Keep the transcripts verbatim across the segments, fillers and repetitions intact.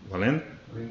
Valendo?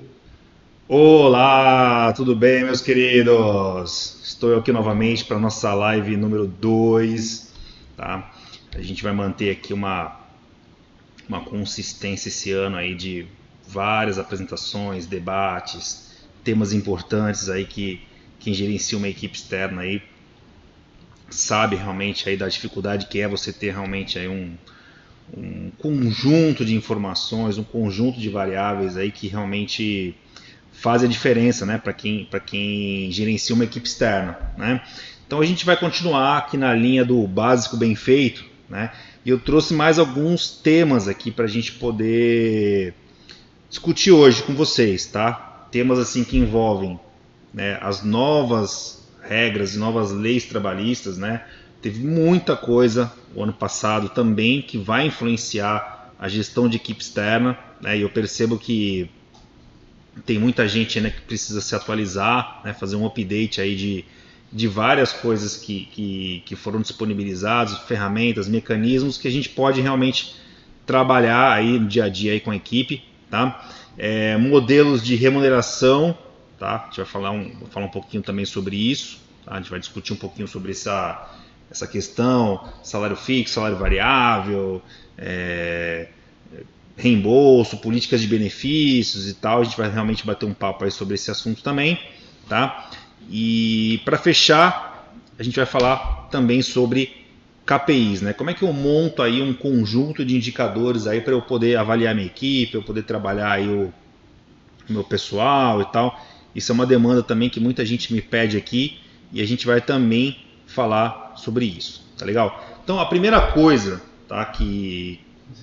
Olá, tudo bem, meus queridos? Estou aqui novamente para a nossa live número dois, tá? A gente vai manter aqui uma, uma consistência esse ano aí de várias apresentações, debates, temas importantes aí que quem gerencia uma equipe externa aí sabe realmente aí da dificuldade que é você ter realmente aí um, um conjunto de informações, um conjunto de variáveis aí que realmente faz a diferença, né, para quem, para quem gerencia uma equipe externa, né? Então a gente vai continuar aqui na linha do básico bem feito, né? E eu trouxe mais alguns temas aqui para a gente poder discutir hoje com vocês, tá? Temas assim que envolvem, né, as novas regras e novas leis trabalhistas, né? Teve muita coisa o ano passado também que vai influenciar a gestão de equipe externa, né? E eu percebo que tem muita gente ainda que precisa se atualizar, né, fazer um update aí de, de várias coisas que, que, que foram disponibilizadas, ferramentas, mecanismos que a gente pode realmente trabalhar aí no dia a dia aí com a equipe, tá? É, modelos de remuneração, tá? A gente vai falar um, vou falar um pouquinho também sobre isso, tá? A gente vai discutir um pouquinho sobre essa, essa questão, salário fixo, salário variável, é, reembolso, políticas de benefícios e tal. A gente vai realmente bater um papo aí sobre esse assunto também, tá? E para fechar, a gente vai falar também sobre K P Is, né? Como é que eu monto aí um conjunto de indicadores aí para eu poder avaliar minha equipe, eu poder trabalhar aí o meu pessoal e tal. Isso é uma demanda também que muita gente me pede aqui e a gente vai também falar sobre isso, tá legal? Então a primeira coisa, tá, que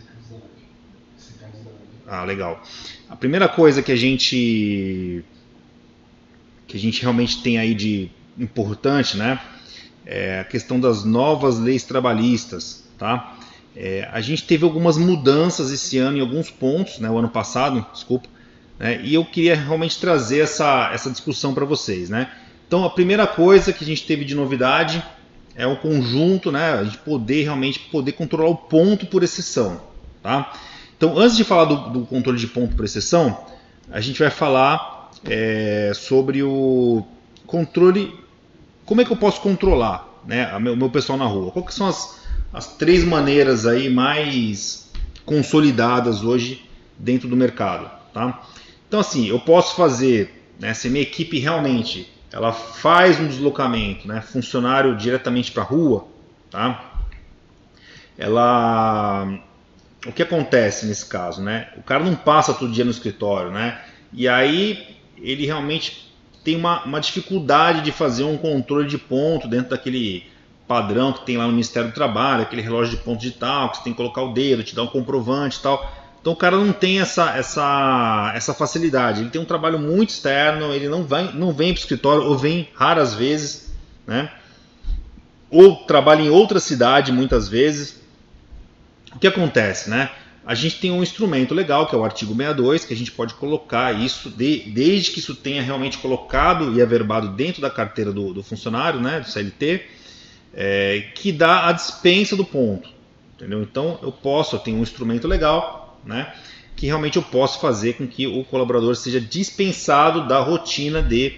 Ah, legal. A primeira coisa que a gente que a gente realmente tem aí de importante, né, é a questão das novas leis trabalhistas, tá? É, a gente teve algumas mudanças esse ano em alguns pontos, né, o ano passado, desculpa, né, e eu queria realmente trazer essa, essa discussão para vocês, né? Então, a primeira coisa que a gente teve de novidade é o conjunto, né, a gente poder realmente poder controlar o ponto por exceção, tá? Então, antes de falar do, do controle de ponto por exceção, a gente vai falar é, sobre o controle. Como é que eu posso controlar, né, o meu, meu pessoal na rua? Quais são as, as três maneiras aí mais consolidadas hoje dentro do mercado, tá? Então, assim, eu posso fazer, né, se a minha equipe realmente ela faz um deslocamento, né, funcionário diretamente para a rua, tá? Ela O que acontece nesse caso, né? O cara não passa todo dia no escritório, né? E aí ele realmente tem uma, uma dificuldade de fazer um controle de ponto dentro daquele padrão que tem lá no Ministério do Trabalho, aquele relógio de ponto digital, que você tem que colocar o dedo, te dar um comprovante e tal. Então o cara não tem essa, essa, essa facilidade. Ele tem um trabalho muito externo, ele não, vai, não vem para o escritório, ou vem raras vezes, né? Ou trabalha em outra cidade muitas vezes. O que acontece, né? A gente tem um instrumento legal, que é o artigo sessenta e dois, que a gente pode colocar isso, de, desde que isso tenha realmente colocado e averbado dentro da carteira do, do funcionário, né, do C L T, é, que dá a dispensa do ponto. Entendeu? Então eu posso, eu tenho um instrumento legal, né, que realmente eu posso fazer com que o colaborador seja dispensado da rotina de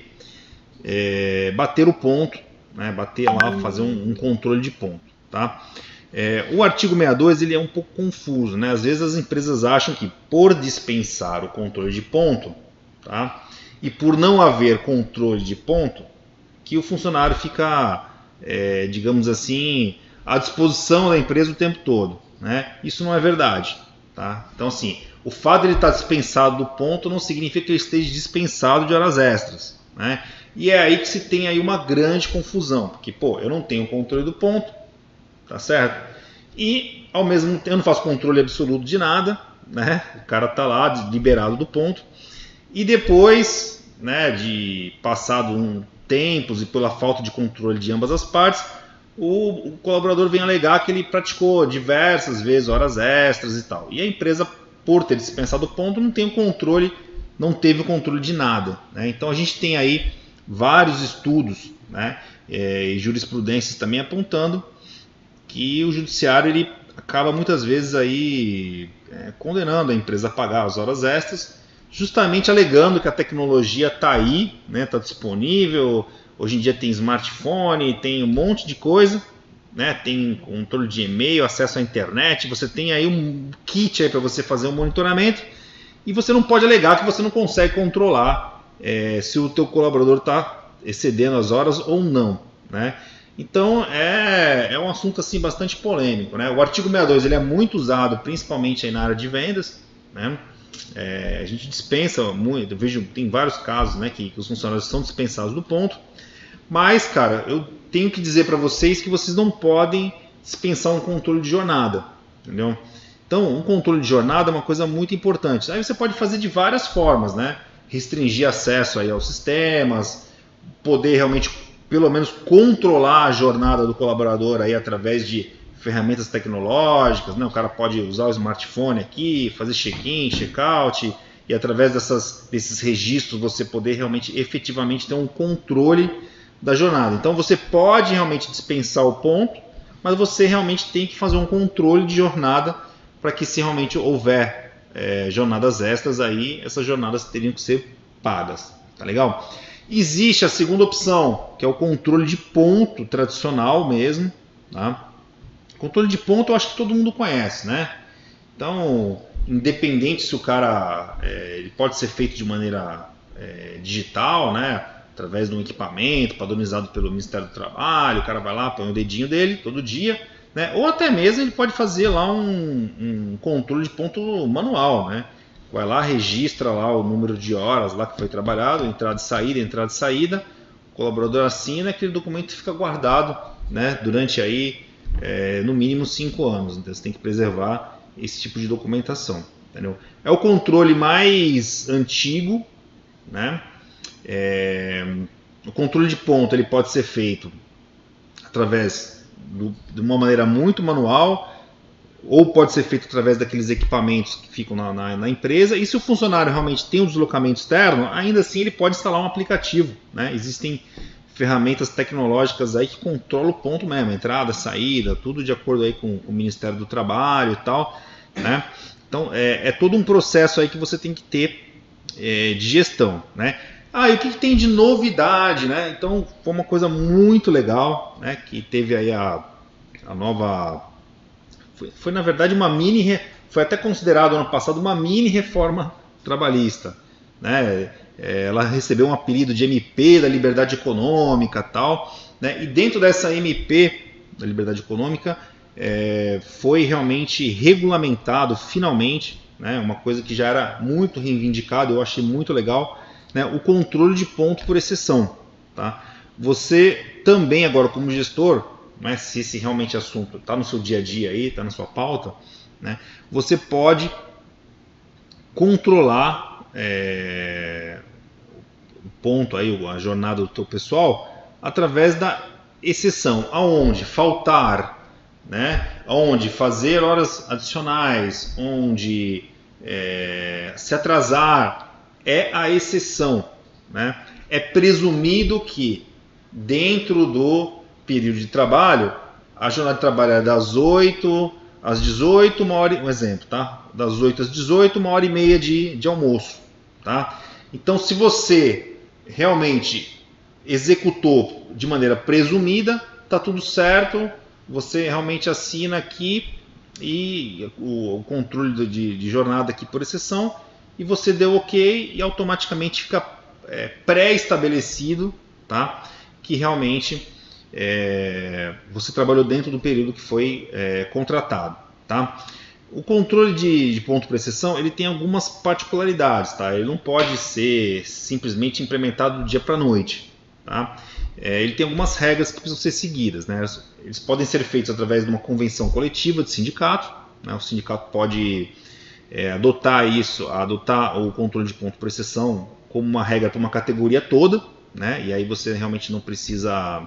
é, bater o ponto, né, bater lá, fazer um, um controle de ponto, tá? É, o artigo sessenta e dois ele é um pouco confuso, né? Às vezes as empresas acham que por dispensar o controle de ponto, tá, e por não haver controle de ponto, que o funcionário fica, é, digamos assim, à disposição da empresa o tempo todo, né? Isso não é verdade, tá? Então, assim, o fato de ele estar dispensado do ponto não significa que ele esteja dispensado de horas extras, né? E é aí que se tem aí uma grande confusão, porque, pô, eu não tenho controle do ponto, tá certo? E ao mesmo tempo eu não faço controle absoluto de nada, né? O cara tá lá liberado do ponto. E depois, né, de passado um tempos e pela falta de controle de ambas as partes, o, o colaborador vem alegar que ele praticou diversas vezes horas extras e tal. E a empresa, por ter dispensado o ponto, não tem o controle, não teve o controle de nada, né? Então a gente tem aí vários estudos, né, e jurisprudências também apontando que o judiciário ele acaba muitas vezes aí é, condenando a empresa a pagar as horas extras justamente alegando que a tecnologia está aí, né, está disponível. Hoje em dia tem smartphone, tem um monte de coisa, né, tem controle de e-mail, acesso à internet, você tem aí um kit aí para você fazer um monitoramento e você não pode alegar que você não consegue controlar é, se o teu colaborador está excedendo as horas ou não, né? Então é, é um assunto assim bastante polêmico, né? O artigo sessenta e dois ele é muito usado principalmente aí na área de vendas, né? É, a gente dispensa muito, eu vejo tem vários casos, né, que, que os funcionários são dispensados do ponto, mas cara, eu tenho que dizer para vocês que vocês não podem dispensar um controle de jornada, entendeu? Então um controle de jornada é uma coisa muito importante. Aí você pode fazer de várias formas, né? Restringir acesso aí aos sistemas, poder realmente pelo menos controlar a jornada do colaborador aí através de ferramentas tecnológicas, né? O cara pode usar o smartphone aqui, fazer check-in, check-out, e através dessas, desses registros você poder realmente efetivamente ter um controle da jornada. Então você pode realmente dispensar o ponto, mas você realmente tem que fazer um controle de jornada para que se realmente houver é, jornadas extras, aí essas jornadas teriam que ser pagas. Tá legal? Existe a segunda opção, que é o controle de ponto tradicional mesmo, tá? Controle de ponto eu acho que todo mundo conhece, né? Então, independente se o cara é, ele pode ser feito de maneira é, digital, né? Através de um equipamento padronizado pelo Ministério do Trabalho, o cara vai lá, põe o dedinho dele todo dia, né? Ou até mesmo ele pode fazer lá um, um controle de ponto manual, né? Vai lá, registra lá o número de horas lá que foi trabalhado, entrada e saída, entrada e saída, o colaborador assina, aquele documento fica guardado, né? Durante aí É, no mínimo cinco anos, então você tem que preservar esse tipo de documentação, entendeu? É o controle mais antigo, né? É, o controle de ponto ele pode ser feito através do, de uma maneira muito manual, ou pode ser feito através daqueles equipamentos que ficam na, na, na empresa, e se o funcionário realmente tem um deslocamento externo, ainda assim ele pode instalar um aplicativo, né? Existem ferramentas tecnológicas aí que controlam o ponto mesmo, entrada, saída, tudo de acordo aí com o Ministério do Trabalho e tal, né? Então é, é todo um processo aí que você tem que ter é, de gestão, né? Ah, e o que, que tem de novidade, né? Então foi uma coisa muito legal, né? Que teve aí a, a nova, foi, foi na verdade uma mini, foi até considerado ano passado uma mini reforma trabalhista, né? Ela recebeu um apelido de M P da Liberdade Econômica, tal, né? E dentro dessa M P da Liberdade Econômica é, foi realmente regulamentado finalmente, né? Uma coisa que já era muito reivindicada, eu achei muito legal, né? O controle de ponto por exceção, tá? Você também agora como gestor, né? Se esse realmente assunto está no seu dia a dia aí, está na sua pauta, né? Você pode controlar É, o ponto aí, a jornada do teu pessoal, através da exceção, aonde faltar, né? Aonde fazer horas adicionais, onde é, se atrasar, é a exceção, né? É presumido que dentro do período de trabalho, a jornada de trabalho é das oito às dezoito, uma hora, um exemplo, tá? Das oito às dezoito, uma hora e meia de, de almoço. Tá? Então, se você realmente executou de maneira presumida, está tudo certo, você realmente assina aqui e o, o controle de, de jornada aqui por exceção, e você deu ok e automaticamente fica é, pré-estabelecido, tá? Que realmente é, você trabalhou dentro do período que foi é, contratado. Tá? O controle de, de ponto por exceção ele tem algumas particularidades, tá? Ele não pode ser simplesmente implementado do dia para a noite, tá? É, ele tem algumas regras que precisam ser seguidas, né? Eles podem ser feitos através de uma convenção coletiva de sindicato, né? O sindicato pode é, adotar isso, adotar o controle de ponto por exceção como uma regra para uma categoria toda, né? E aí você realmente não precisa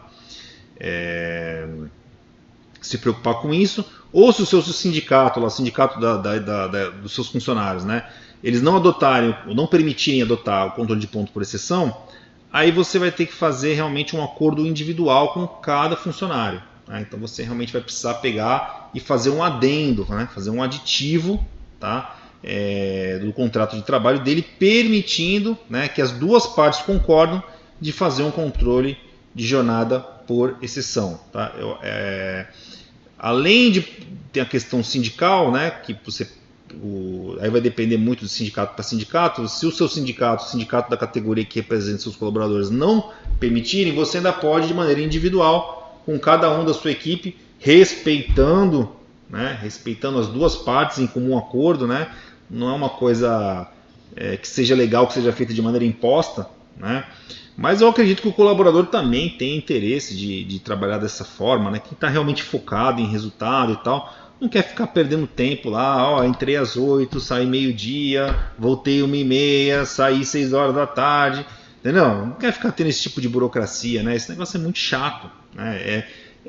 é, se preocupar com isso. Ou se o seu sindicato, lá, o sindicato da, da, da, da, dos seus funcionários, né, eles não adotarem, ou não permitirem adotar o controle de ponto por exceção, aí você vai ter que fazer realmente um acordo individual com cada funcionário. Né? Então você realmente vai precisar pegar e fazer um adendo, né, fazer um aditivo, tá, é, do contrato de trabalho dele, permitindo, né, que as duas partes concordam de fazer um controle de jornada por exceção. Tá? Eu, é, além de ter a questão sindical, né, que você, o, aí vai depender muito de sindicato para sindicato. Se o seu sindicato, o sindicato da categoria que representa seus colaboradores, não permitirem, você ainda pode, de maneira individual, com cada um da sua equipe, respeitando, né, respeitando as duas partes em comum acordo, né, não é uma coisa é, que seja legal, que seja feita de maneira imposta, né, mas eu acredito que o colaborador também tem interesse de, de trabalhar dessa forma, né, quem está realmente focado em resultado e tal, não quer ficar perdendo tempo lá, ó, entrei às oito, saí meio-dia, voltei uma e meia, saí seis horas da tarde, entendeu? Não quer ficar tendo esse tipo de burocracia, né, esse negócio é muito chato, né, é,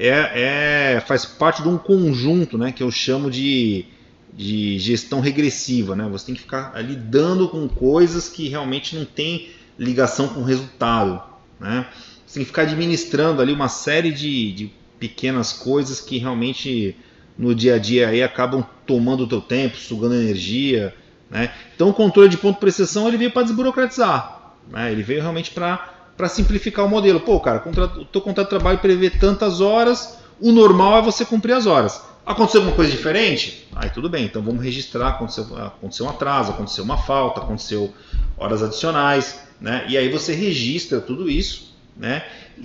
É, é, faz parte de um conjunto, né, que eu chamo de, de gestão regressiva, né? Você tem que ficar lidando com coisas que realmente não tem ligação com o resultado, né? Você tem que ficar administrando ali uma série de, de pequenas coisas que realmente no dia a dia aí acabam tomando o teu tempo, sugando energia, né? Então o controle de ponto por exceção ele veio para desburocratizar, né? Ele veio realmente para para simplificar o modelo. Pô, cara, o teu contrato de trabalho prevê tantas horas, o normal é você cumprir as horas. Aconteceu alguma coisa diferente? Aí tudo bem, então vamos registrar, aconteceu, aconteceu um atraso, aconteceu uma falta, aconteceu horas adicionais, né? E aí você registra tudo isso, né?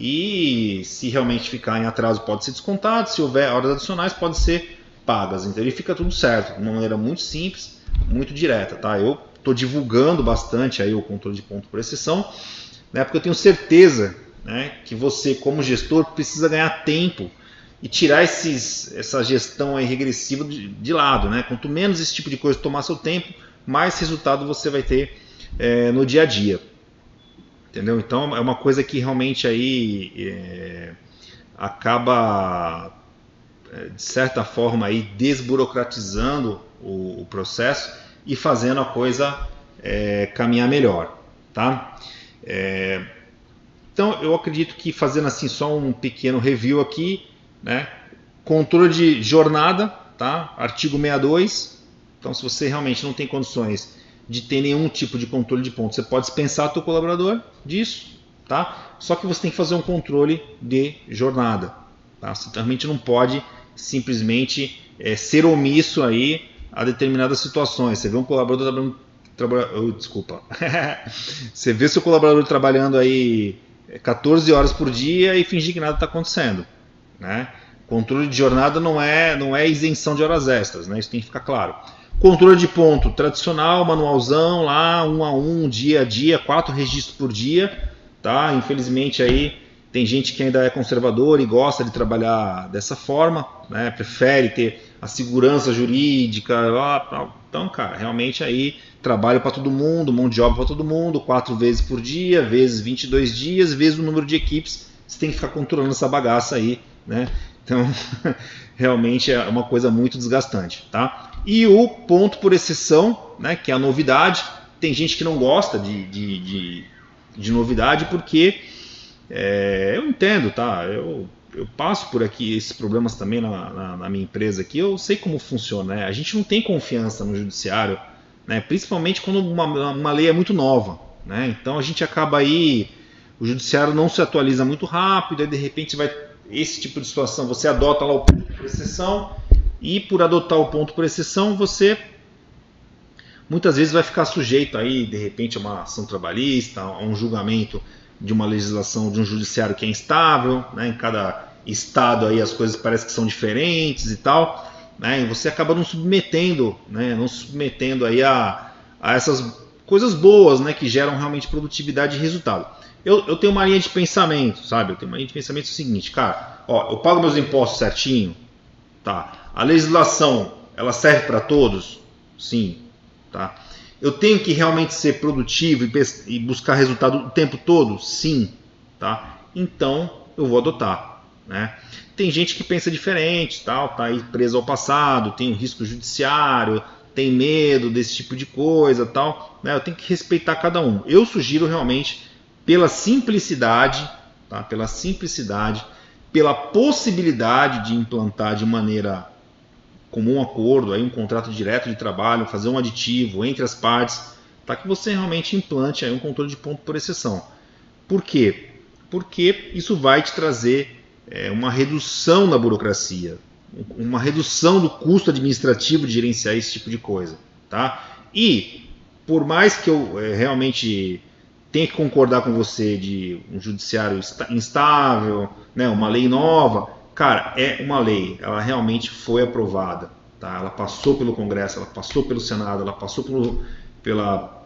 E se realmente ficar em atraso pode ser descontado, se houver horas adicionais pode ser pagas. Então ele fica tudo certo, de uma maneira muito simples, muito direta, tá? Eu estou divulgando bastante aí o controle de ponto por exceção, né, porque eu tenho certeza, né, que você, como gestor, precisa ganhar tempo e tirar esses, essa gestão aí regressiva de, de lado. Né? Quanto menos esse tipo de coisa tomar seu tempo, mais resultado você vai ter é, no dia a dia. Entendeu? Então é uma coisa que realmente aí, é, acaba, de certa forma, aí, desburocratizando o, o processo e fazendo a coisa é, caminhar melhor. Tá? É, então eu acredito que, fazendo assim só um pequeno review aqui, né, controle de jornada, tá? Artigo sessenta e dois. Então, se você realmente não tem condições de ter nenhum tipo de controle de pontos, você pode dispensar o teu colaborador disso, tá? Só que você tem que fazer um controle de jornada, tá? Você realmente não pode simplesmente é, ser omisso aí a determinadas situações. Você vê um colaborador trabalhando Traba... Oh, desculpa. Você vê seu colaborador trabalhando aí quatorze horas por dia e fingir que nada está acontecendo, né? Controle de jornada não é, não é isenção de horas extras, né? Isso tem que ficar claro. Controle de ponto tradicional, manualzão lá, um a um, dia a dia, quatro registros por dia, tá? Infelizmente aí tem gente que ainda é conservador e gosta de trabalhar dessa forma, né? Prefere ter a segurança jurídica, então, cara, realmente aí trabalho para todo mundo, mão de obra para todo mundo, quatro vezes por dia, vezes vinte e dois dias, vezes o número de equipes, você tem que ficar controlando essa bagaça aí, né? Então, realmente é uma coisa muito desgastante, tá? E o ponto por exceção, né, que é a novidade, tem gente que não gosta de, de, de, de novidade porque, é, eu entendo, tá? Eu, eu passo por aqui esses problemas também na, na, na minha empresa aqui, eu sei como funciona, né? A gente não tem confiança no judiciário, né? Principalmente quando uma, uma lei é muito nova, né? Então a gente acaba aí, o judiciário não se atualiza muito rápido, aí de repente vai esse tipo de situação, você adota lá o ponto por exceção, e por adotar o ponto por exceção, você muitas vezes vai ficar sujeito aí, de repente, a uma ação trabalhista, a um julgamento de uma legislação de um judiciário que é instável, né? Em cada estado aí as coisas parecem que são diferentes e tal, né? E você acaba não submetendo, né? Não submetendo aí a, a essas coisas boas, né? Que geram realmente produtividade e resultado. Eu, eu tenho uma linha de pensamento, sabe? Eu tenho uma linha de pensamento seguinte, cara, ó, eu pago meus impostos certinho, tá? A legislação, ela serve para todos? Sim, tá? Eu tenho que realmente ser produtivo e, e buscar resultado o tempo todo? Sim, tá? Então eu vou adotar, né? Tem gente que pensa diferente, tal, tá aí preso ao passado, tem um risco judiciário, tem medo desse tipo de coisa, tal, né? Eu tenho que respeitar cada um. Eu sugiro realmente, pela simplicidade, tá? Pela simplicidade, pela possibilidade de implantar de maneira comum acordo, aí um contrato direto de trabalho, fazer um aditivo entre as partes, para que você realmente implante aí um controle de ponto por exceção. Por quê? Porque isso vai te trazer é, uma redução na burocracia, uma redução do custo administrativo de gerenciar esse tipo de coisa. Tá? E, por mais que eu é, realmente tenha que concordar com você de um judiciário instável, né, uma lei nova, cara, é uma lei, ela realmente foi aprovada. Tá? Ela passou pelo Congresso, ela passou pelo Senado, ela passou pelo, pela,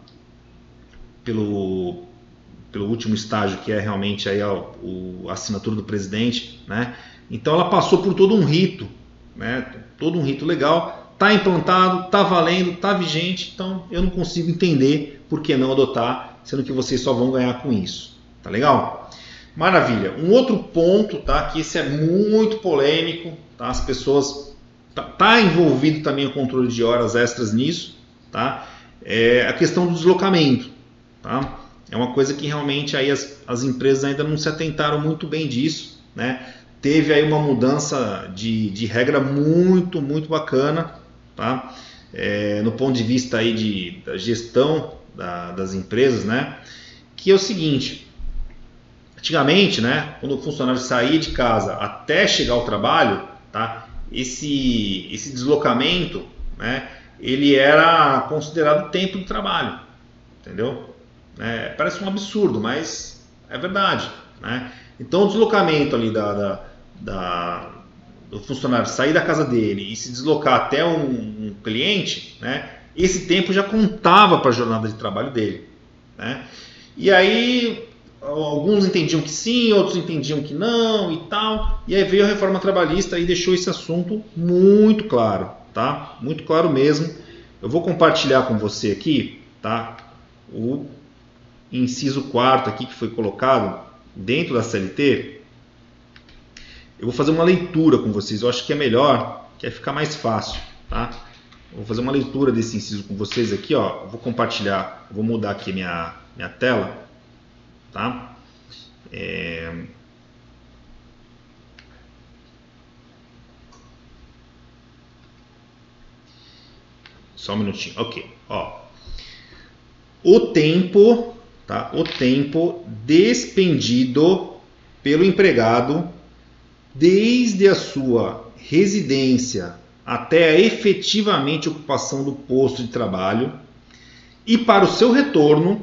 pelo, pelo último estágio, que é realmente aí a, o, a assinatura do presidente. Né? Então ela passou por todo um rito, né? Todo um rito legal, está implantado, está valendo, está vigente, então eu não consigo entender por que não adotar, sendo que vocês só vão ganhar com isso. Tá legal? Maravilha. Um outro ponto, tá? Que esse é muito polêmico, tá? As pessoas... Tá, tá envolvido também o controle de horas extras nisso, tá? É a questão do deslocamento, tá? É uma coisa que realmente aí as, as empresas ainda não se atentaram muito bem disso, né? Teve aí uma mudança de, de regra muito, muito bacana, tá? É, no ponto de vista aí de, da gestão da, das empresas, né? Que é o seguinte, antigamente, né, quando o funcionário saía de casa até chegar ao trabalho, tá? Esse, esse deslocamento, né, ele era considerado tempo de trabalho, entendeu? É, parece um absurdo, mas é verdade, né? Então o deslocamento ali da, da, da, do funcionário sair da casa dele e se deslocar até um, um cliente, né, esse tempo já contava para a jornada de trabalho dele. Né? E aí alguns entendiam que sim, outros entendiam que não e tal. E aí veio a reforma trabalhista e deixou esse assunto muito claro, tá? Muito claro mesmo. Eu vou compartilhar com você aqui, tá? O inciso quarto aqui que foi colocado dentro da C L T. Eu vou fazer uma leitura com vocês. Eu acho que é melhor, que vai ficar mais fácil, tá? Eu vou fazer uma leitura desse inciso com vocês aqui, ó. Eu vou compartilhar, eu vou mudar aqui minha minha tela. Tá? É... Só um minutinho. Ok. Ó. O tempo, tá? O tempo despendido pelo empregado desde a sua residência até a efetivamente ocupação do posto de trabalho e para o seu retorno,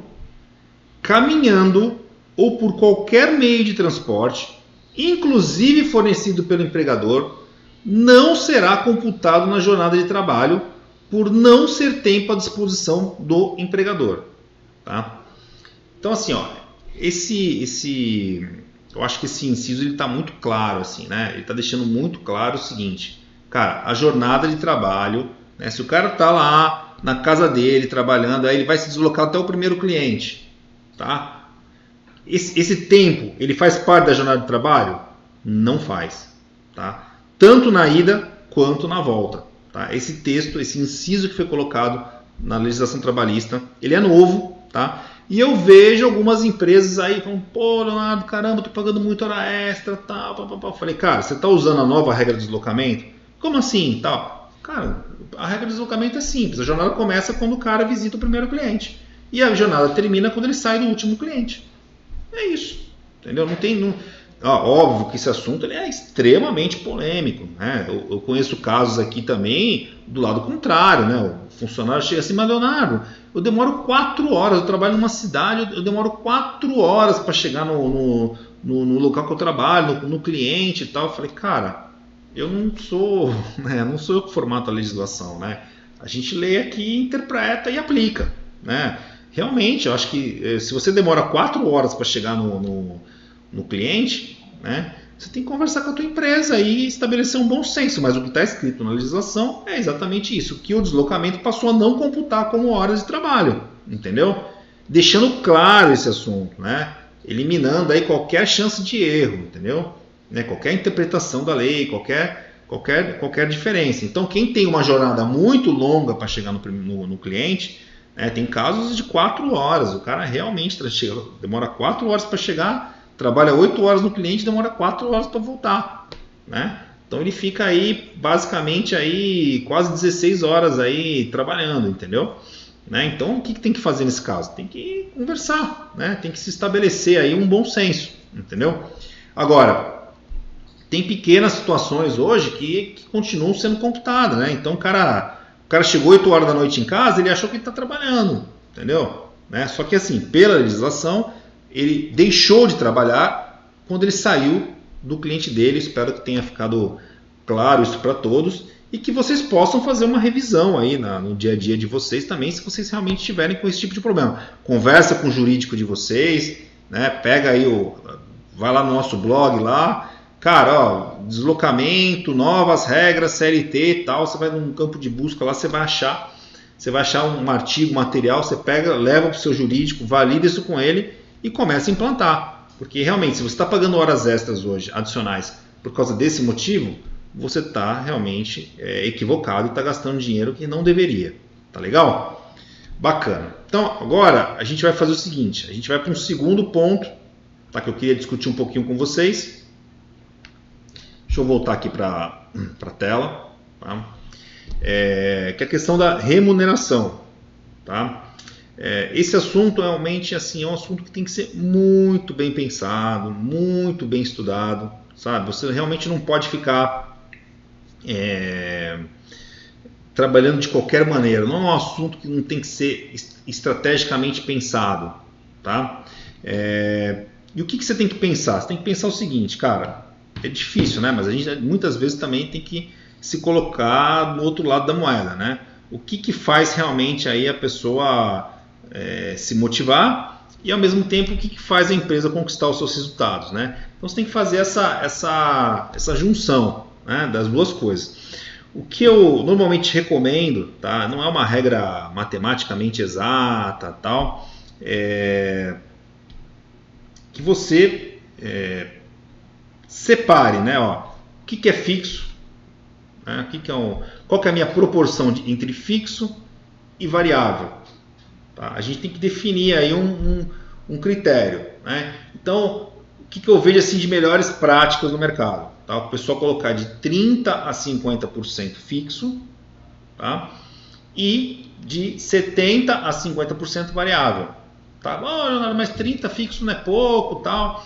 caminhando ou por qualquer meio de transporte, inclusive fornecido pelo empregador, não será computado na jornada de trabalho por não ser tempo à disposição do empregador. Tá? Então assim, ó, esse, esse, eu acho que esse inciso está muito claro, assim, né? Ele está deixando muito claro o seguinte, cara, a jornada de trabalho, né, se o cara está lá na casa dele trabalhando, aí ele vai se deslocar até o primeiro cliente. Tá? Esse, esse tempo, ele faz parte da jornada de trabalho? Não faz. Tá? Tanto na ida quanto na volta. Tá? Esse texto, esse inciso que foi colocado na legislação trabalhista, ele é novo. Tá? E eu vejo algumas empresas aí falando, pô, Leonardo, caramba, tô pagando muito hora extra, tal, pá, pá, pá. Falei, cara, você tá usando a nova regra de deslocamento? Como assim? Tal? Cara, a regra de deslocamento é simples. A jornada começa quando o cara visita o primeiro cliente. E a jornada termina quando ele sai do último cliente. É isso. Entendeu? Não tem... Não... Ah, óbvio que esse assunto ele é extremamente polêmico. Né? Eu, eu conheço casos aqui também do lado contrário. Né? O funcionário chega assim, mas Leonardo, eu demoro quatro horas, eu trabalho numa cidade, eu demoro quatro horas para chegar no, no, no, no local que eu trabalho, no, no cliente e tal. Eu falei, cara, eu não sou, né? Não sou eu que formato a legislação. Né? A gente lê aqui, interpreta e aplica. Né? Realmente, eu acho que se você demora quatro horas para chegar no, no, no cliente, né, você tem que conversar com a tua empresa e estabelecer um bom senso. Mas o que está escrito na legislação é exatamente isso, que o deslocamento passou a não computar como horas de trabalho, entendeu? Deixando claro esse assunto, né, eliminando aí qualquer chance de erro, entendeu? Né, qualquer interpretação da lei, qualquer, qualquer, qualquer diferença. Então, quem tem uma jornada muito longa para chegar no, no, no cliente... É, tem casos de quatro horas, o cara realmente chega, demora quatro horas para chegar, trabalha oito horas no cliente, demora quatro horas para voltar. Né? Então ele fica aí basicamente aí quase dezesseis horas aí trabalhando, entendeu? Né? Então o que, que tem que fazer nesse caso? Tem que conversar, né? Tem que se estabelecer aí um bom senso, entendeu? Agora, tem pequenas situações hoje que, que continuam sendo computadas, né? Então o cara, o cara chegou oito horas da noite em casa, ele achou que ele está trabalhando, entendeu? Né? Só que assim, pela legislação, ele deixou de trabalhar quando ele saiu do cliente dele. Espero que tenha ficado claro isso para todos e que vocês possam fazer uma revisão aí na, no dia a dia de vocês também, se vocês realmente estiverem com esse tipo de problema. Conversa com o jurídico de vocês, né? Pega aí o, vai lá no nosso blog lá, cara, ó, deslocamento, novas regras, C L T e tal, você vai num campo de busca lá, você vai achar, você vai achar um artigo, um material, você pega, leva para o seu jurídico, valida isso com ele e começa a implantar. Porque realmente, se você está pagando horas extras hoje, adicionais, por causa desse motivo, você está realmente é, equivocado e está gastando dinheiro que não deveria. Tá legal? Bacana. Então, agora a gente vai fazer o seguinte, a gente vai para um segundo ponto, tá, que eu queria discutir um pouquinho com vocês. Deixa eu voltar aqui para a tela. Tá? É, que é a questão da remuneração. Tá? É, esse assunto realmente assim, é um assunto que tem que ser muito bem pensado, muito bem estudado, sabe? Você realmente não pode ficar é, trabalhando de qualquer maneira. Não é um assunto que não tem que ser estrategicamente pensado, tá? É, e o que, que você tem que pensar? Você tem que pensar o seguinte, cara, é difícil, né? Mas a gente muitas vezes também tem que se colocar do outro lado da moeda, né? O que, que faz realmente aí a pessoa É, se motivar e ao mesmo tempo o que, que faz a empresa conquistar os seus resultados, né? Então você tem que fazer essa, essa, essa junção, né, das duas coisas. O que eu normalmente recomendo, tá? Não é uma regra matematicamente exata, tal, é que você é, separe, né, ó, o que, que é fixo, né, o que que é um, qual que é a minha proporção de, entre fixo e variável. Tá? A gente tem que definir aí um, um, um critério, né? Então, o que, que eu vejo assim de melhores práticas no mercado? Tá? O pessoal colocar de trinta a cinquenta por cento fixo, tá? E de setenta a cinquenta por cento variável. Tá? Oh, mas trinta fixo não é pouco, tal.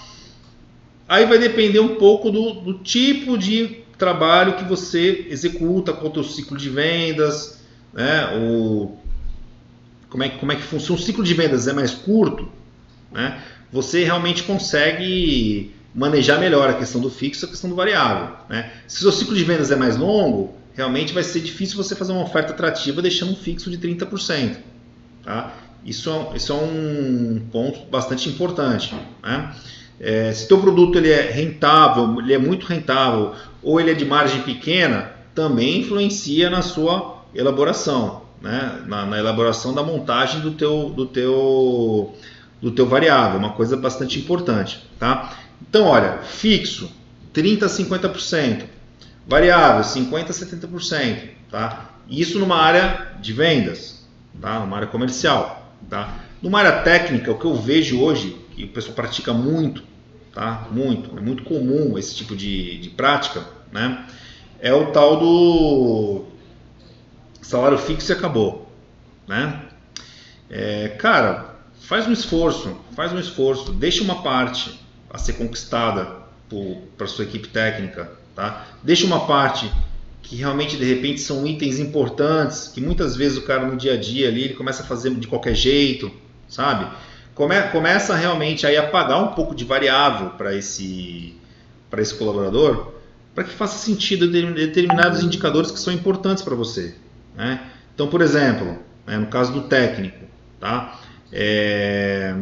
Aí vai depender um pouco do, do tipo de trabalho que você executa, qual é o teu ciclo de vendas, né? O Como é, como é que funciona? Se o ciclo de vendas é mais curto, né, você realmente consegue manejar melhor a questão do fixo e a questão do variável. Né? Se o seu ciclo de vendas é mais longo, realmente vai ser difícil você fazer uma oferta atrativa deixando um fixo de trinta por cento. Tá? Isso, é, isso é um ponto bastante importante. Né? É, se o teu produto ele é rentável, ele é muito rentável, ou ele é de margem pequena, também influencia na sua elaboração. Né, na, na elaboração da montagem do teu, do, teu, do teu variável, uma coisa bastante importante. Tá? Então, olha, fixo, trinta a cinquenta por cento, variável, cinquenta a setenta por cento. Tá? Isso numa área de vendas, tá? Numa área comercial. Tá? Numa área técnica, o que eu vejo hoje, que o pessoal pratica muito, tá? muito, é muito comum esse tipo de, de prática, né? É o tal do salário fixo e acabou, né? É, cara, faz um esforço, faz um esforço, deixa uma parte a ser conquistada para a sua equipe técnica, tá? Deixa uma parte que realmente de repente são itens importantes, que muitas vezes o cara no dia a dia ali ele começa a fazer de qualquer jeito, sabe? Come, começa realmente aí a pagar um pouco de variável para esse, para esse colaborador, para que faça sentido determinados indicadores que são importantes para você. Né? Então, por exemplo, né, no caso do técnico, tá? É...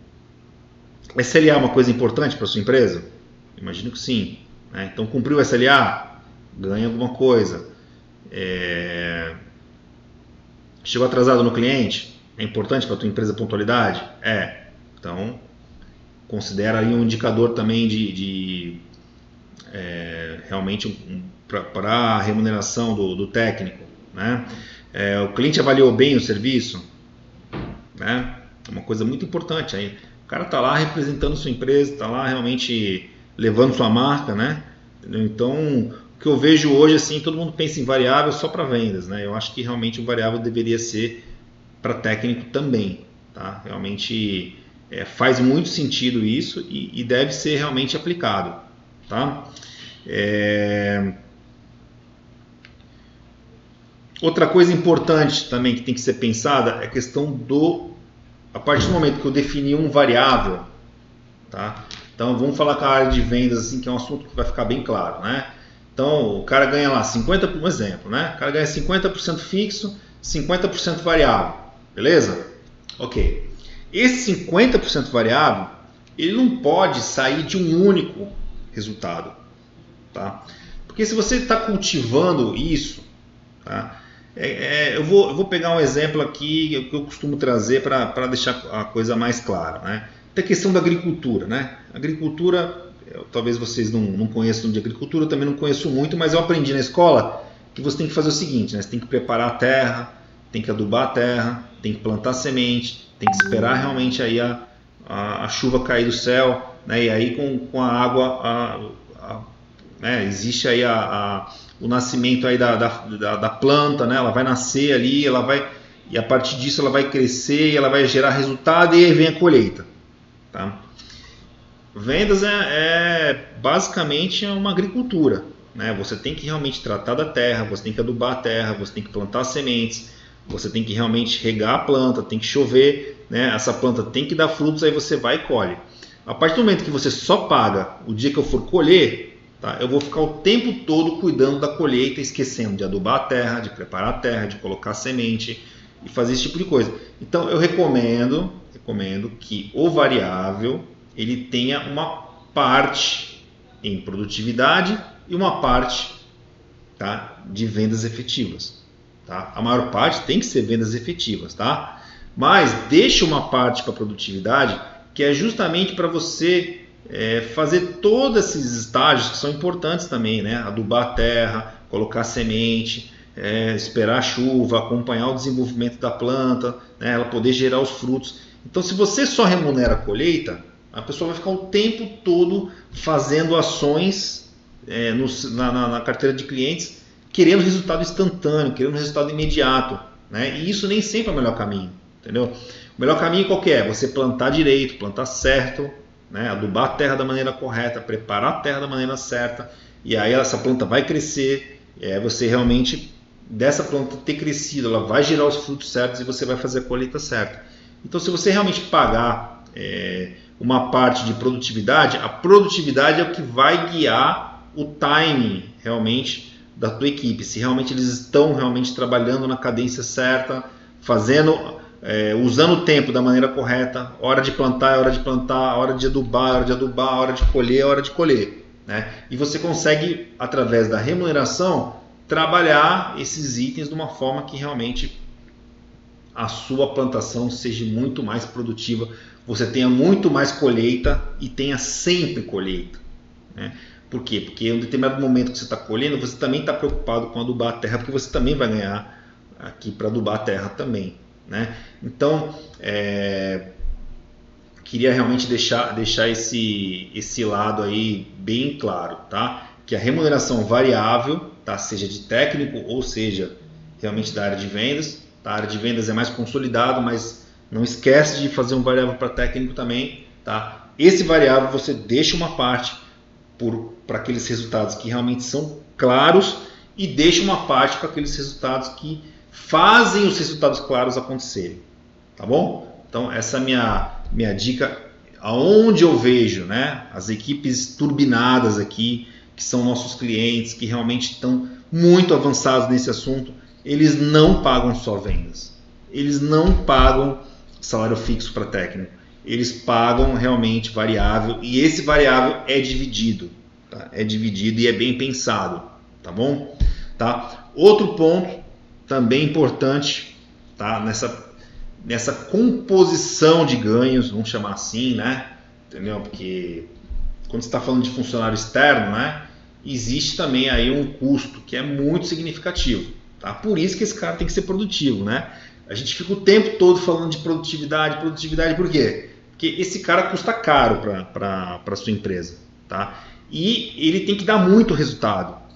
S L A é uma coisa importante para sua empresa? Imagino que sim. Né? Então, cumpriu o S L A? Ganha alguma coisa. É... Chegou atrasado no cliente? É importante para a tua empresa a pontualidade? É. Então, considera aí um indicador também de, de é, realmente um, para a remuneração do, do técnico. Né? É, o cliente avaliou bem o serviço, né? É uma coisa muito importante aí. O cara está lá representando sua empresa, está lá realmente levando sua marca, né? Então o que eu vejo hoje, assim, todo mundo pensa em variável só para vendas, né? Eu acho que realmente o variável deveria ser para técnico também, tá? Realmente é, faz muito sentido isso e, e deve ser realmente aplicado, tá? É... Outra coisa importante também que tem que ser pensada é a questão do... A partir do momento que eu defini um variável, tá? Então vamos falar com a área de vendas, assim, que é um assunto que vai ficar bem claro, né? Então o cara ganha lá cinquenta por cento, um exemplo, né? O cara ganha cinquenta por cento fixo, cinquenta por cento variável, beleza? Ok. Esse cinquenta por cento variável, ele não pode sair de um único resultado, tá? Porque se você está cultivando isso, tá? É, é, eu, vou, eu vou pegar um exemplo aqui que eu costumo trazer para deixar a coisa mais clara, né? Tem a questão da agricultura, né? Agricultura, eu, talvez vocês não, não conheçam de agricultura, eu também não conheço muito, mas eu aprendi na escola que você tem que fazer o seguinte, né? Você tem que preparar a terra, tem que adubar a terra, tem que plantar semente, tem que esperar realmente aí a, a, a chuva cair do céu, né? E aí com, com a água, a, a, né? Existe aí a, a, o nascimento aí da, da, da planta, né? Ela vai nascer ali, ela vai, e a partir disso ela vai crescer, ela vai gerar resultado e aí vem a colheita. Tá? Vendas é, é basicamente uma agricultura, né? Você tem que realmente tratar da terra, você tem que adubar a terra, você tem que plantar sementes, você tem que realmente regar a planta, tem que chover, né? Essa planta tem que dar frutos, aí você vai e colhe. A partir do momento que você só paga o dia que eu for colher, tá? Eu vou ficar o tempo todo cuidando da colheita, esquecendo de adubar a terra, de preparar a terra, de colocar semente e fazer esse tipo de coisa. Então eu recomendo recomendo que o variável ele tenha uma parte em produtividade e uma parte, tá, de vendas efetivas, tá? A maior parte tem que ser vendas efetivas, tá? Mas deixa uma parte para produtividade que é justamente para você é, fazer todos esses estágios que são importantes também, né? Adubar a terra, colocar semente, é, esperar a chuva, acompanhar o desenvolvimento da planta, né? Ela poder gerar os frutos. Então, se você só remunera a colheita, a pessoa vai ficar o tempo todo fazendo ações é, no, na, na, na carteira de clientes, querendo resultado instantâneo, querendo resultado imediato, né? E isso nem sempre é o melhor caminho, entendeu? O melhor caminho qual que é? Você plantar direito, plantar certo, né? Adubar a terra da maneira correta, preparar a terra da maneira certa, e aí essa planta vai crescer, é, você realmente, dessa planta ter crescido, ela vai gerar os frutos certos e você vai fazer a colheita certa. Então, se você realmente pagar é, uma parte de produtividade, a produtividade é o que vai guiar o timing realmente da tua equipe. Se realmente eles estão realmente trabalhando na cadência certa, fazendo, é, usando o tempo da maneira correta, hora de plantar é hora de plantar, hora de adubar é hora de adubar, hora de colher é hora de colher, né? E você consegue, através da remuneração, trabalhar esses itens de uma forma que realmente a sua plantação seja muito mais produtiva, você tenha muito mais colheita e tenha sempre colheita, né? Por quê? Porque em um determinado momento que você está colhendo, você também está preocupado com adubar a terra, porque você também vai ganhar aqui para adubar a terra também, né? Então, é, queria realmente deixar, deixar esse, esse lado aí bem claro, tá? Que a remuneração variável, tá? Seja de técnico ou seja realmente da área de vendas, a área de vendas é mais consolidado, mas não esquece de fazer um variável para técnico também, tá? Esse variável você deixa uma parte para aqueles resultados que realmente são claros e deixa uma parte para aqueles resultados que fazem os resultados claros acontecerem, tá bom? Então essa é a minha, minha dica, aonde eu vejo, né, as equipes turbinadas aqui, que são nossos clientes, que realmente estão muito avançados nesse assunto, eles não pagam só vendas, eles não pagam salário fixo para técnico, eles pagam realmente variável e esse variável é dividido, tá? É dividido e é bem pensado, tá bom? Tá? Outro ponto também importante, tá? Nessa, nessa composição de ganhos, vamos chamar assim, né? Entendeu? Porque quando você está falando de funcionário externo, né? Existe também aí um custo que é muito significativo. Tá? Por isso que esse cara tem que ser produtivo, né? A gente fica o tempo todo falando de produtividade, produtividade, por quê? Porque esse cara custa caro para a sua empresa, tá? E ele tem que dar muito resultado,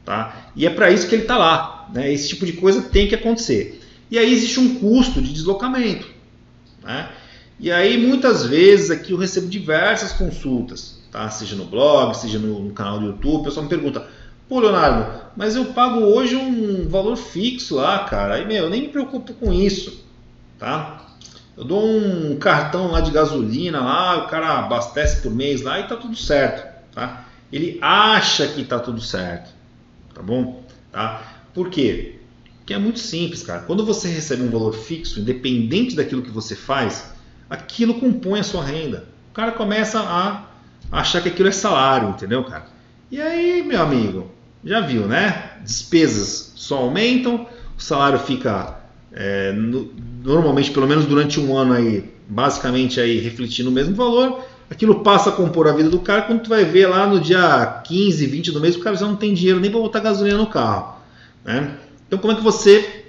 tá? E é para isso que ele está lá, né? Esse tipo de coisa tem que acontecer. E aí existe um custo de deslocamento, né? E aí muitas vezes aqui eu recebo diversas consultas, tá? Seja no blog, seja no, no canal do YouTube, o pessoal me pergunta: pô, Leonardo, mas eu pago hoje um valor fixo lá, cara, aí meu, eu nem me preocupo com isso, tá? Eu dou um cartão lá de gasolina lá, o cara abastece por mês lá e tá tudo certo, tá? Ele acha que tá tudo certo, tá bom? Tá? Por quê? Porque é muito simples, cara. Quando você recebe um valor fixo, independente daquilo que você faz, aquilo compõe a sua renda. O cara começa a achar que aquilo é salário, entendeu, cara? E aí, meu amigo, já viu, né? Despesas só aumentam, o salário fica é, no, normalmente, pelo menos durante um ano aí, basicamente aí refletindo o mesmo valor. Aquilo passa a compor a vida do cara. Quando tu vai ver lá no dia quinze, vinte do mês, o cara já não tem dinheiro nem para botar gasolina no carro, né? Então, como é que você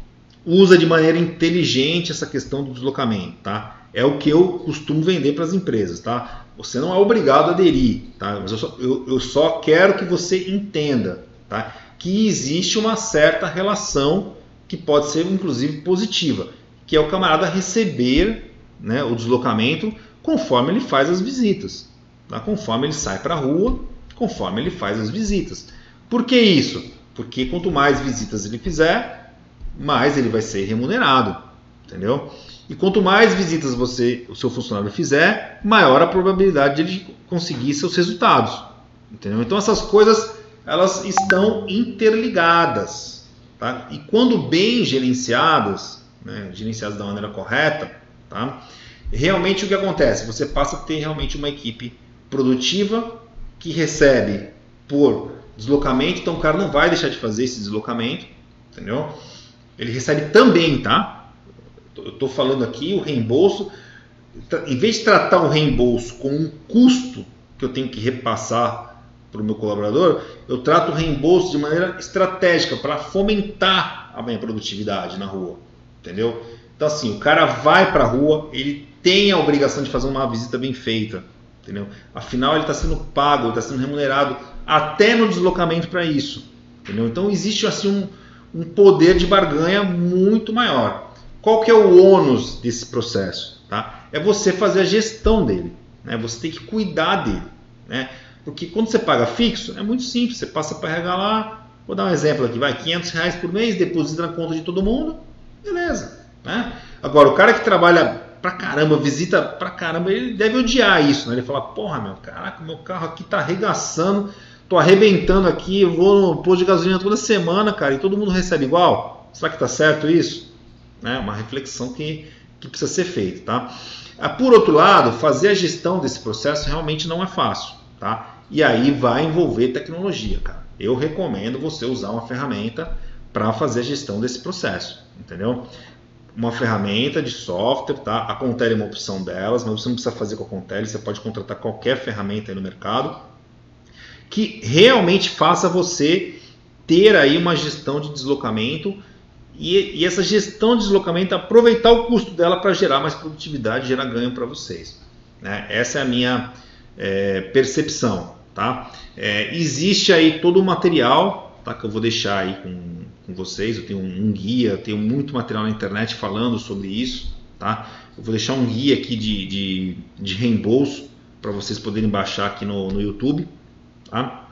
usa de maneira inteligente essa questão do deslocamento, tá? É o que eu costumo vender para as empresas, tá? Você não é obrigado a aderir, tá? Mas eu só, eu, eu só quero que você entenda, tá? Que existe uma certa relação que pode ser inclusive positiva, que é o camarada receber, né, o deslocamento conforme ele faz as visitas, tá? Conforme ele sai para a rua, conforme ele faz as visitas. Por que isso? Porque quanto mais visitas ele fizer, mais ele vai ser remunerado, entendeu? E quanto mais visitas você, o seu funcionário fizer, maior a probabilidade de ele conseguir seus resultados, entendeu? Então essas coisas, elas estão interligadas, tá? E quando bem gerenciadas, né, gerenciadas da maneira correta, tá? Realmente o que acontece? Você passa a ter realmente uma equipe produtiva que recebe por deslocamento, então o cara não vai deixar de fazer esse deslocamento, entendeu? Ele recebe também, tá? Eu estou falando aqui o reembolso, em vez de tratar o reembolso como um custo que eu tenho que repassar para o meu colaborador, eu trato o reembolso de maneira estratégica para fomentar a minha produtividade na rua, entendeu? Então assim, o cara vai para a rua, ele tem a obrigação de fazer uma visita bem feita, entendeu? Afinal ele está sendo pago, ele está sendo remunerado até no deslocamento para isso, entendeu? Então existe assim um, um poder de barganha muito maior. Qual que é o ônus desse processo? Tá? É você fazer a gestão dele, né? Você tem que cuidar dele, né? Porque quando você paga fixo, é muito simples, você passa para R H lá, vou dar um exemplo aqui, vai, quinhentos reais por mês, deposita na conta de todo mundo, beleza, né? Agora, o cara que trabalha pra caramba, visita pra caramba, ele deve odiar isso, né? Ele fala: porra, meu, caraca, meu carro aqui tá arregaçando, tô arrebentando aqui, eu vou no posto de gasolina toda semana, cara, e todo mundo recebe igual. Será que tá certo isso? É uma reflexão que, que precisa ser feita, tá? Por outro lado, fazer a gestão desse processo realmente não é fácil, tá? E aí vai envolver tecnologia, cara. Eu recomendo você usar uma ferramenta para fazer a gestão desse processo, entendeu? Uma ferramenta de software, tá? A Contele é uma opção delas, mas você não precisa fazer com a Contele, você pode contratar qualquer ferramenta aí no mercado que realmente faça você ter aí uma gestão de deslocamento e, e essa gestão de deslocamento, aproveitar o custo dela para gerar mais produtividade, gerar ganho para vocês, né? Essa é a minha é, percepção, tá? É, existe aí todo o material, tá, que eu vou deixar aí com, com vocês. Eu tenho um, um guia, eu tenho muito material na internet falando sobre isso, tá? Eu vou deixar um guia aqui de, de, de reembolso para vocês poderem baixar aqui no, no YouTube, tá?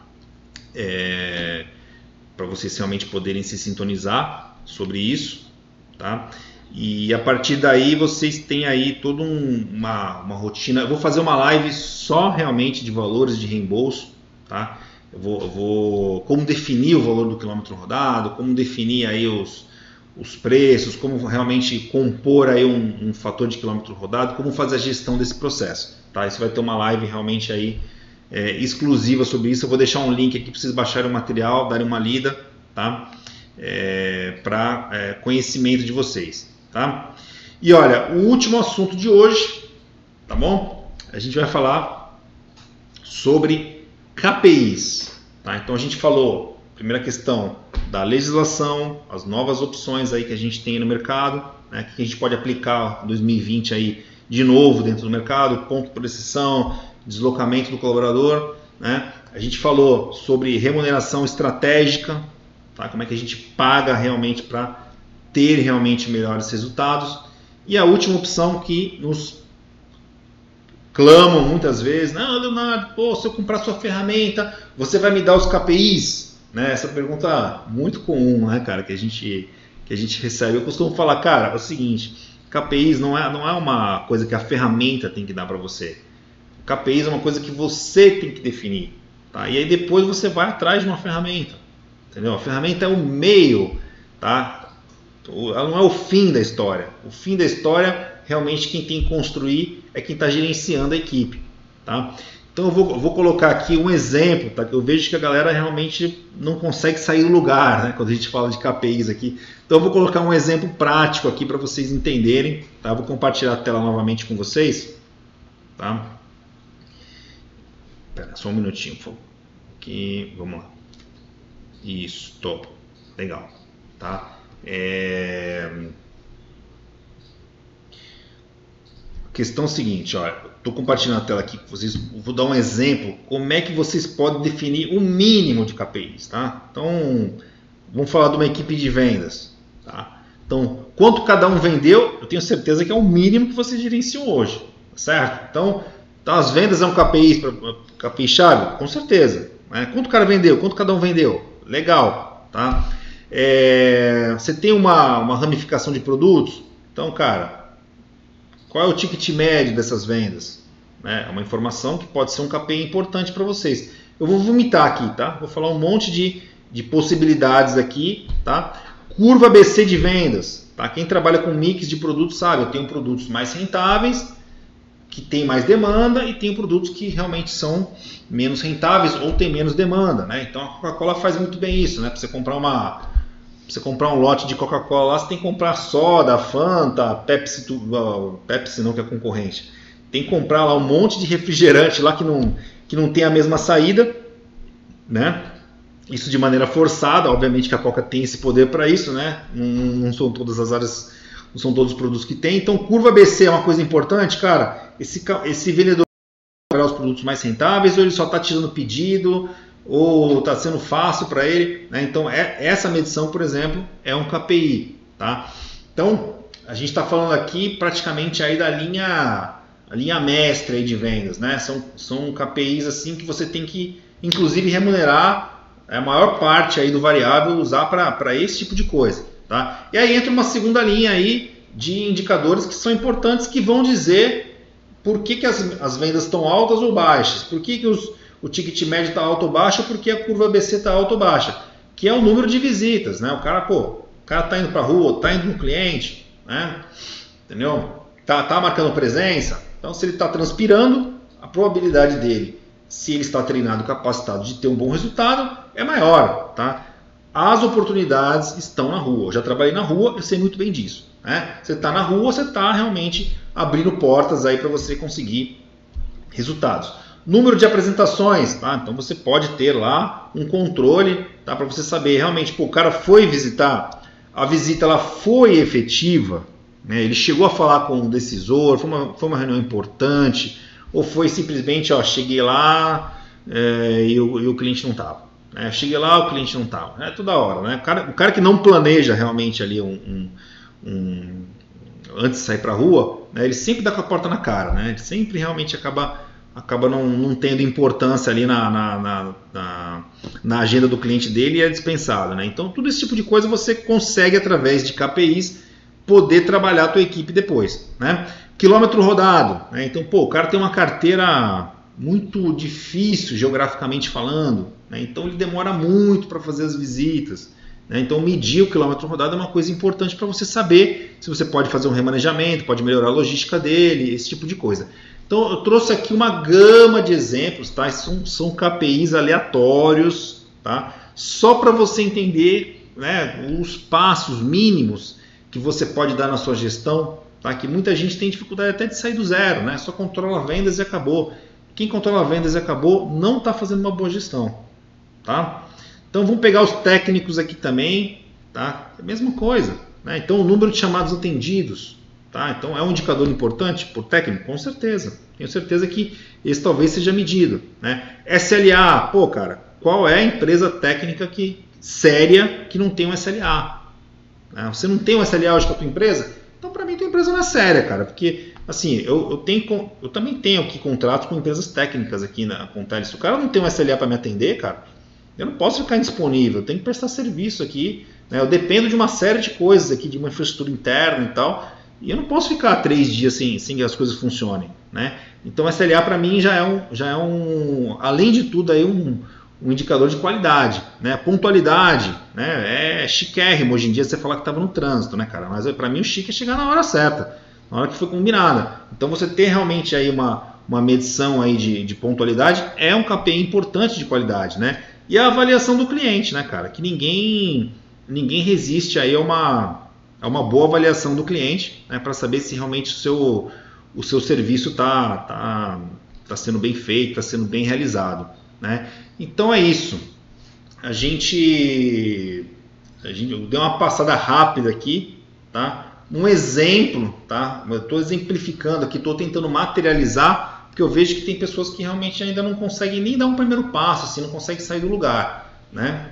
É, para vocês realmente poderem se sintonizar sobre isso, tá? E a partir daí vocês têm aí toda um, uma, uma rotina. Eu vou fazer uma live só realmente de valores de reembolso, tá? Eu vou, eu vou como definir o valor do quilômetro rodado, como definir aí os, os preços, como realmente compor aí um, um fator de quilômetro rodado, como fazer a gestão desse processo, tá? Isso vai ter uma live realmente aí é, exclusiva sobre isso. Eu vou deixar um link aqui para vocês baixarem o material, darem uma lida, tá? É, para é, conhecimento de vocês, tá? E olha, o último assunto de hoje, tá bom? A gente vai falar sobre K P Is, tá? Então a gente falou, primeira questão da legislação, as novas opções aí que a gente tem no mercado, né, que a gente pode aplicar em dois mil e vinte aí de novo dentro do mercado, ponto por exceção, deslocamento do colaborador, né? A gente falou sobre remuneração estratégica, tá? Como é que a gente paga realmente para ter realmente melhores resultados. E a última opção que nos clamam muitas vezes: não, Leonardo, pô, se eu comprar sua ferramenta, você vai me dar os K P Is? Né? Essa pergunta muito comum, né, cara, que a gente, que a gente recebe. Eu costumo falar, cara, é o seguinte: K P Is não é, não é uma coisa que a ferramenta tem que dar para você. K P Is é uma coisa que você tem que definir. Tá? E aí depois você vai atrás de uma ferramenta. Entendeu? A ferramenta é o meio, tá? Ela não é o fim da história. O fim da história, realmente, quem tem que construir é quem está gerenciando a equipe. Tá? Então eu vou, eu vou colocar aqui um exemplo, tá? Que eu vejo que a galera realmente não consegue sair do lugar, né? Quando a gente fala de K P Is aqui. Então eu vou colocar um exemplo prático aqui para vocês entenderem. Tá? Eu vou compartilhar a tela novamente com vocês. Tá? Pera, só um minutinho, por favor. Aqui, vamos lá. Isso, top. Legal. Tá? É... A questão é a seguinte, ó, estou compartilhando a tela aqui com vocês, vou dar um exemplo, como é que vocês podem definir o mínimo de K P Is, tá? Então, vamos falar de uma equipe de vendas, tá? Então, quanto cada um vendeu, eu tenho certeza que é o mínimo que vocês gerenciam hoje, certo? Então, então as vendas é um K P I, K P I-chave? Com certeza. Né? Quanto o cara vendeu? Quanto cada um vendeu? Legal, tá? É, você tem uma, uma ramificação de produtos? Então, cara, qual é o ticket médio dessas vendas? É uma informação que pode ser um K P I importante para vocês. Eu vou vomitar aqui, tá? Vou falar um monte de, de possibilidades aqui, tá? Curva A B C de vendas, tá? Quem trabalha com mix de produtos sabe, eu tenho produtos mais rentáveis, que tem mais demanda, e tem produtos que realmente são menos rentáveis ou tem menos demanda, né? Então a Coca-Cola faz muito bem isso, né? Para você comprar uma, pra você comprar um lote de Coca-Cola lá, você tem que comprar soda, Fanta, Pepsi, Pepsi não, que é concorrente. Tem que comprar lá um monte de refrigerante lá que não, que não tem a mesma saída, né? Isso de maneira forçada, obviamente que a Coca tem esse poder para isso, né? Não, não são todas as áreas, não são todos os produtos que tem. Então, curva A B C é uma coisa importante, cara. Esse, esse vendedor vai comprar os produtos mais rentáveis, ou ele só está tirando pedido, ou está sendo fácil para ele, né? Então, é, essa medição, por exemplo, é um K P I, tá? Então, a gente está falando aqui praticamente aí da linha, a linha mestra aí de vendas, né? São, são K P Is assim que você tem que, inclusive, remunerar a maior parte aí do variável, usar para esse tipo de coisa, tá? E aí entra uma segunda linha aí de indicadores que são importantes, que vão dizer por que, que as, as vendas estão altas ou baixas, por que, que os, o ticket médio está alto ou baixo, por que a curva A B C está alta ou baixa, que é o número de visitas, né? O cara, pô, o cara tá indo para a rua, tá indo no cliente, né? Entendeu? Tá, tá marcando presença. Então, se ele está transpirando, a probabilidade dele, se ele está treinado, capacitado de ter um bom resultado, é maior, tá? As oportunidades estão na rua. Eu já trabalhei na rua, eu sei muito bem disso, né? Você está na rua, você está realmente abrindo portas aí para você conseguir resultados. Número de apresentações, tá? Então você pode ter lá um controle, tá? Para você saber realmente, pô, o cara foi visitar, a visita ela foi efetiva, né? Ele chegou a falar com o decisor, foi uma, foi uma reunião importante, ou foi simplesmente, ó, cheguei lá é, e, o, e o cliente não estava. Né? Cheguei lá, o cliente não estava. É toda hora, né? O cara, o cara que não planeja realmente ali um, um, um antes de sair para a rua, né, ele sempre dá com a porta na cara, né? Ele sempre realmente acaba, acaba não, não tendo importância ali na, na, na, na, na agenda do cliente dele e é dispensado, né? Então, tudo esse tipo de coisa você consegue, através de K P Is, poder trabalhar a tua equipe depois, né? Quilômetro rodado, né? Então, pô, o cara tem uma carteira muito difícil geograficamente falando, né? Então ele demora muito para fazer as visitas. Então, medir o quilômetro rodado é uma coisa importante para você saber se você pode fazer um remanejamento, pode melhorar a logística dele, esse tipo de coisa. Então, eu trouxe aqui uma gama de exemplos, tá? São, são K P Is aleatórios, tá? Só para você entender, né, os passos mínimos que você pode dar na sua gestão, tá? Que muita gente tem dificuldade até de sair do zero, né? Só controla vendas e acabou. Quem controla vendas e acabou não está fazendo uma boa gestão, tá? Então vamos pegar os técnicos aqui também, tá? É a mesma coisa, né? Então o número de chamados atendidos, Tá? Então é um indicador importante por técnico? Com certeza. Tenho certeza que esse talvez seja medido. Né? S L A, pô, cara, qual é a empresa técnica que, séria que não tem um S L A? Né? Você não tem um S L A hoje com a tua empresa? Então, para mim, tua empresa não é séria, cara. Porque, assim, eu, eu, tenho, eu também tenho aqui contratos com empresas técnicas aqui na Contele. Se o cara não tem um S L A para me atender, cara, eu não posso ficar indisponível. Eu tenho que prestar serviço aqui. Né? Eu dependo de uma série de coisas aqui, de uma infraestrutura interna e tal. E eu não posso ficar três dias sem, sem que as coisas funcionem. Né? Então, S L A para mim já é um, já é um, além de tudo, aí um, um indicador de qualidade. Né? Pontualidade, né? É chiquérrimo hoje em dia você falar que estava no trânsito, né, cara? Mas para mim o chique é chegar na hora certa, na hora que foi combinada. Então, você ter realmente aí uma, uma medição aí de, de pontualidade é um K P I importante de qualidade. Né? E a avaliação do cliente, né, cara? Que ninguém, ninguém resiste aí a uma... É uma boa avaliação do cliente, né, para saber se realmente o seu, o seu serviço está tá, tá sendo bem feito, está sendo bem realizado. Né? Então é isso. A gente, a gente eu dei uma passada rápida aqui, tá? Um exemplo, tá? Eu estou exemplificando aqui, estou tentando materializar, porque eu vejo que tem pessoas que realmente ainda não conseguem nem dar um primeiro passo, assim, não conseguem sair do lugar. Né?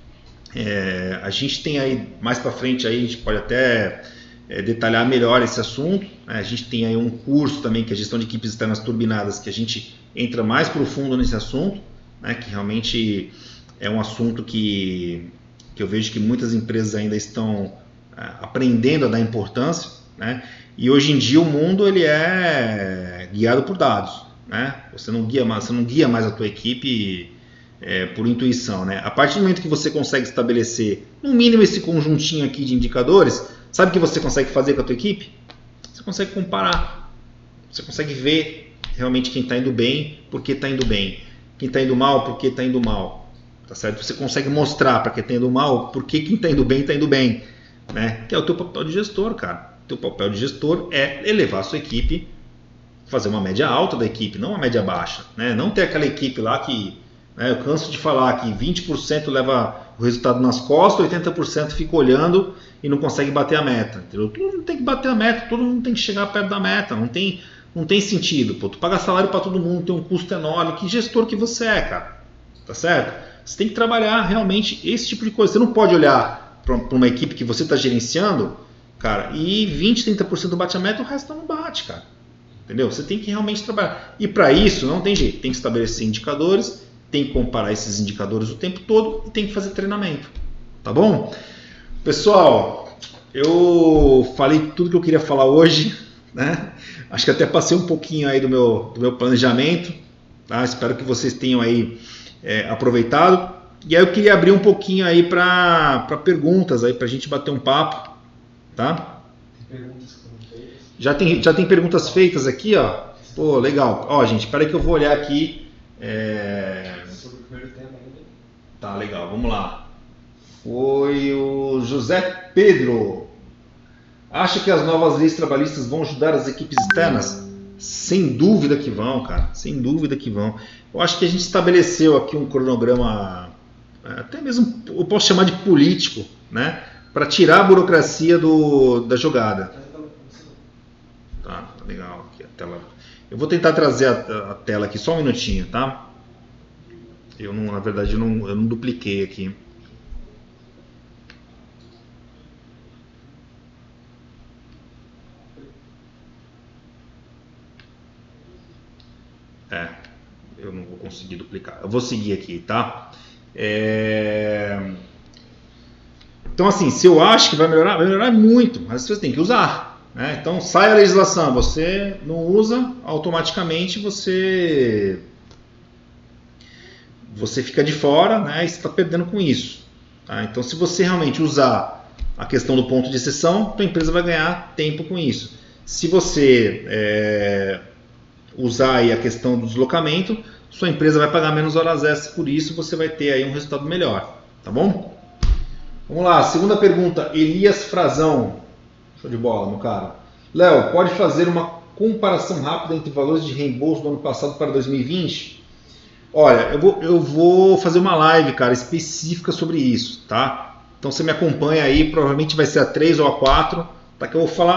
É, a gente tem aí, mais para frente, aí, a gente pode até é, detalhar melhor esse assunto. Né? A gente tem aí um curso também, que é gestão de equipes externas turbinadas, que a gente entra mais profundo nesse assunto, né? Que realmente é um assunto que, que eu vejo que muitas empresas ainda estão é, aprendendo a dar importância. Né? E hoje em dia o mundo ele é guiado por dados. Né? Você não guia mais, você não guia mais a tua equipe É, por intuição, né? A partir do momento que você consegue estabelecer no mínimo esse conjuntinho aqui de indicadores, sabe o que você consegue fazer com a tua equipe? Você consegue comparar, você consegue ver realmente quem está indo bem, por que está indo bem, quem está indo mal, por que está indo mal, tá certo? Você consegue mostrar para quem está indo mal, por que quem está indo bem está indo bem, né? Que é o teu papel de gestor, cara. O teu papel de gestor é elevar a sua equipe, fazer uma média alta da equipe, não uma média baixa, né? Não ter aquela equipe lá que eu canso de falar que vinte por cento leva o resultado nas costas, oitenta por cento fica olhando e não consegue bater a meta. Entendeu? Todo mundo tem que bater a meta, todo mundo tem que chegar perto da meta. Não tem, não tem sentido. Pô, tu paga salário para todo mundo, tem um custo enorme. Que gestor que você é, cara? Tá certo? Você tem que trabalhar realmente esse tipo de coisa. Você não pode olhar para uma equipe que você está gerenciando, cara, e vinte, trinta por cento bate a meta, o resto não bate, cara. Entendeu? Você tem que realmente trabalhar. E para isso, não tem jeito. Tem que estabelecer indicadores, tem que comparar esses indicadores o tempo todo e tem que fazer treinamento, tá bom? Pessoal, eu falei tudo que eu queria falar hoje, né? Acho que até passei um pouquinho aí do meu, do meu planejamento, tá? Espero que vocês tenham aí é, aproveitado. E aí eu queria abrir um pouquinho aí para perguntas aí, para a gente bater um papo, tá? Tem perguntas que foram feitas? Já tem, já tem perguntas feitas aqui, ó. Pô, legal. Ó, gente, espera aí que eu vou olhar aqui. É... Sobre o primeiro tema ainda. Tá, legal, vamos lá. Foi o José Pedro. Acha que as novas leis trabalhistas vão ajudar as equipes externas? Sem dúvida que vão, cara. Sem dúvida que vão. Eu acho que a gente estabeleceu aqui um cronograma, até mesmo eu posso chamar de político, né? Para tirar a burocracia do, da jogada. Tá, tá legal aqui a tela. Eu vou tentar trazer a, a tela aqui só um minutinho, tá? Eu não, na verdade, eu não, eu não dupliquei aqui. É, eu não vou conseguir duplicar. Eu vou seguir aqui, tá? É... Então, assim, se eu acho que vai melhorar, vai melhorar muito, mas você tem que usar. Né? Então sai a legislação, você não usa, automaticamente você você fica de fora, né? E você está perdendo com isso. Tá? Então se você realmente usar a questão do ponto de exceção, a empresa vai ganhar tempo com isso. Se você é, usar aí a questão do deslocamento, sua empresa vai pagar menos horas extras por isso, você vai ter aí um resultado melhor. Tá bom? Vamos lá, segunda pergunta, Elias Frazão. Show de bola, meu cara. Léo, pode fazer uma comparação rápida entre valores de reembolso do ano passado para dois mil e vinte? Olha, eu vou, eu vou fazer uma live, cara, específica sobre isso, tá? Então você me acompanha aí, provavelmente vai ser a três ou a quatro, tá? Que eu vou falar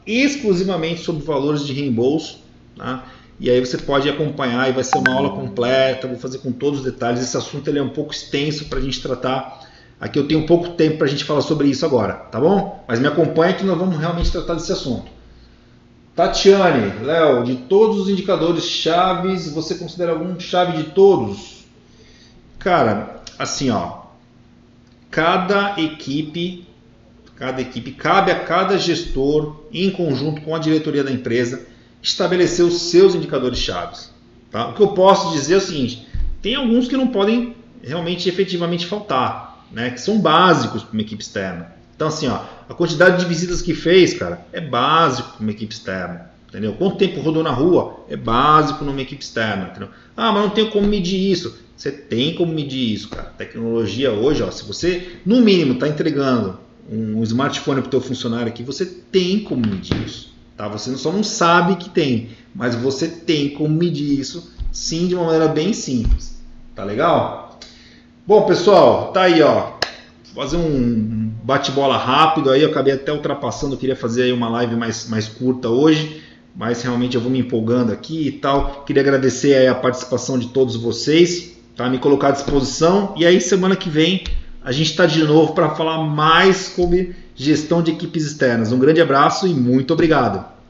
exclusivamente sobre valores de reembolso, tá? E aí você pode acompanhar e vai ser uma aula completa, vou fazer com todos os detalhes. Esse assunto ele é um pouco extenso para a gente tratar. Aqui eu tenho pouco tempo para a gente falar sobre isso agora, tá bom? Mas me acompanha que nós vamos realmente tratar desse assunto. Tatiane, Léo, de todos os indicadores chaves, você considera algum chave de todos? Cara, assim, ó, cada equipe, cada equipe, cabe a cada gestor, em conjunto com a diretoria da empresa, estabelecer os seus indicadores chaves. Tá? O que eu posso dizer é o seguinte, tem alguns que não podem realmente efetivamente faltar, né? Que são básicos para uma equipe externa. Então assim, ó, a quantidade de visitas que fez, cara, é básico para uma equipe externa. Entendeu? Quanto tempo rodou na rua é básico numa equipe externa. Entendeu? Ah, mas não tenho como medir isso. Você tem como medir isso, cara. Tecnologia hoje, ó, se você no mínimo está entregando um smartphone para o teu funcionário aqui, você tem como medir isso. Tá? Você só não sabe que tem, mas você tem como medir isso, sim, de uma maneira bem simples. Tá legal? Bom, pessoal, tá aí, ó. Vou fazer um bate-bola rápido aí. Eu acabei até ultrapassando. Eu queria fazer aí uma live mais, mais curta hoje, mas realmente eu vou me empolgando aqui e tal. Queria agradecer aí a participação de todos vocês, tá? Me colocar à disposição. E aí, semana que vem, a gente está de novo para falar mais sobre gestão de equipes externas. Um grande abraço e muito obrigado.